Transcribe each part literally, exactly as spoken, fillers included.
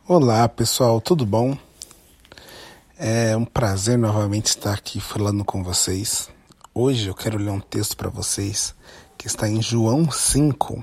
Olá pessoal, tudo bom? É um prazer novamente estar aqui falando com vocês. Hoje eu quero ler um texto para vocês que está em João cinco,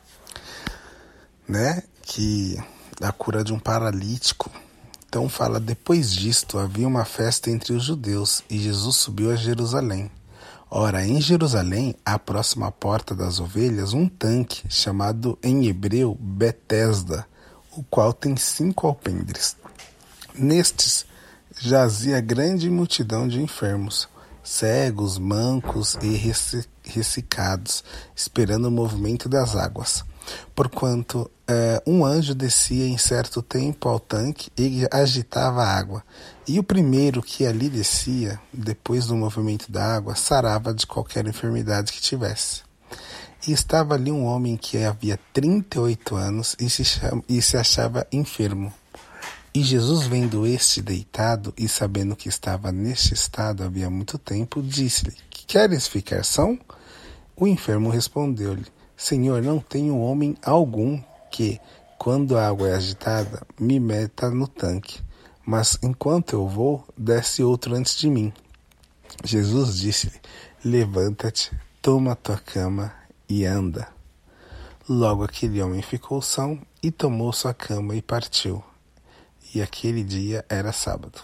né? Que é a cura de um paralítico. Então fala: depois disto havia uma festa entre os judeus e Jesus subiu a Jerusalém. Ora, em Jerusalém, à próxima porta das ovelhas, um tanque chamado em hebreu Betesda, o qual tem cinco alpendres. Nestes jazia grande multidão de enfermos, cegos, mancos e ressecados, esperando o movimento das águas. Porquanto eh, um anjo descia em certo tempo ao tanque e agitava a água. E o primeiro que ali descia, depois do movimento da água, sarava de qualquer enfermidade que tivesse. E estava ali um homem que havia trinta e oito anos e se, chama, e se achava enfermo. E Jesus, vendo este deitado e sabendo que estava neste estado havia muito tempo, disse-lhe: queres ficar são? O enfermo respondeu-lhe: Senhor, não tenho homem algum que, quando a água é agitada, me meta no tanque, mas enquanto eu vou, desce outro antes de mim. Jesus disse-lhe: levanta-te, toma a tua cama e anda. Logo aquele homem ficou são e tomou sua cama e partiu. E aquele dia era sábado.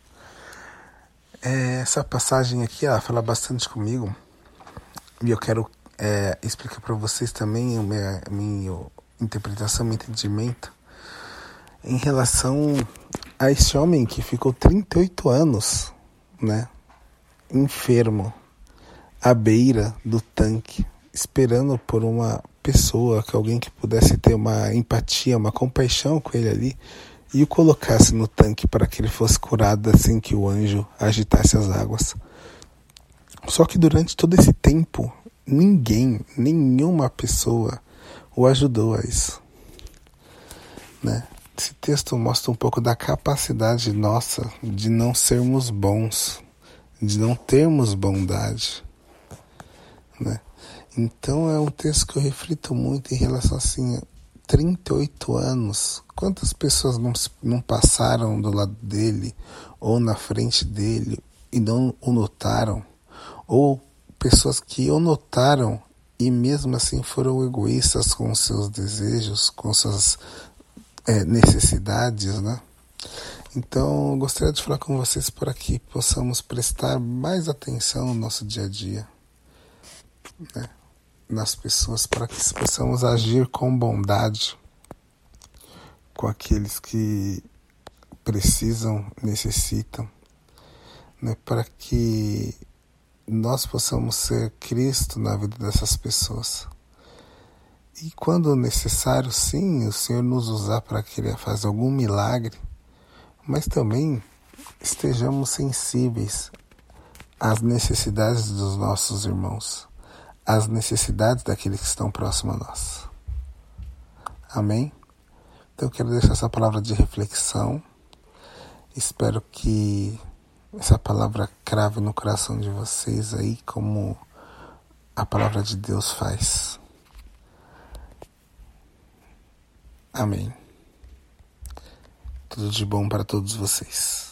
É, essa passagem aqui, ela fala bastante comigo. E eu quero é, explicar para vocês também a minha, a minha interpretação, meu entendimento em relação a esse homem que ficou trinta e oito anos, né, enfermo, à beira do tanque, esperando por uma pessoa, que alguém que pudesse ter uma empatia, uma compaixão com ele ali, e o colocasse no tanque para que ele fosse curado assim que o anjo agitasse as águas. Só que durante todo esse tempo, ninguém, nenhuma pessoa o ajudou a isso, né? Esse texto mostra um pouco da capacidade nossa de não sermos bons, de não termos bondade, né? Então é um texto que eu reflito muito em relação assim, trinta e oito anos, quantas pessoas não, não passaram do lado dele ou na frente dele e não o notaram, ou pessoas que o notaram e mesmo assim foram egoístas com seus desejos, com suas é, necessidades, né? Então eu gostaria de falar com vocês para que possamos prestar mais atenção no nosso dia a dia, né? Nas pessoas, para que possamos agir com bondade com aqueles que precisam, necessitam, né? Para que nós possamos ser Cristo na vida dessas pessoas. E quando necessário, sim, o Senhor nos usar para querer fazer algum milagre, mas também estejamos sensíveis às necessidades dos nossos irmãos, as necessidades daqueles que estão próximos a nós. Amém? Então eu quero deixar essa palavra de reflexão. Espero que essa palavra crave no coração de vocês aí, como a palavra de Deus faz. Amém. Tudo de bom para todos vocês.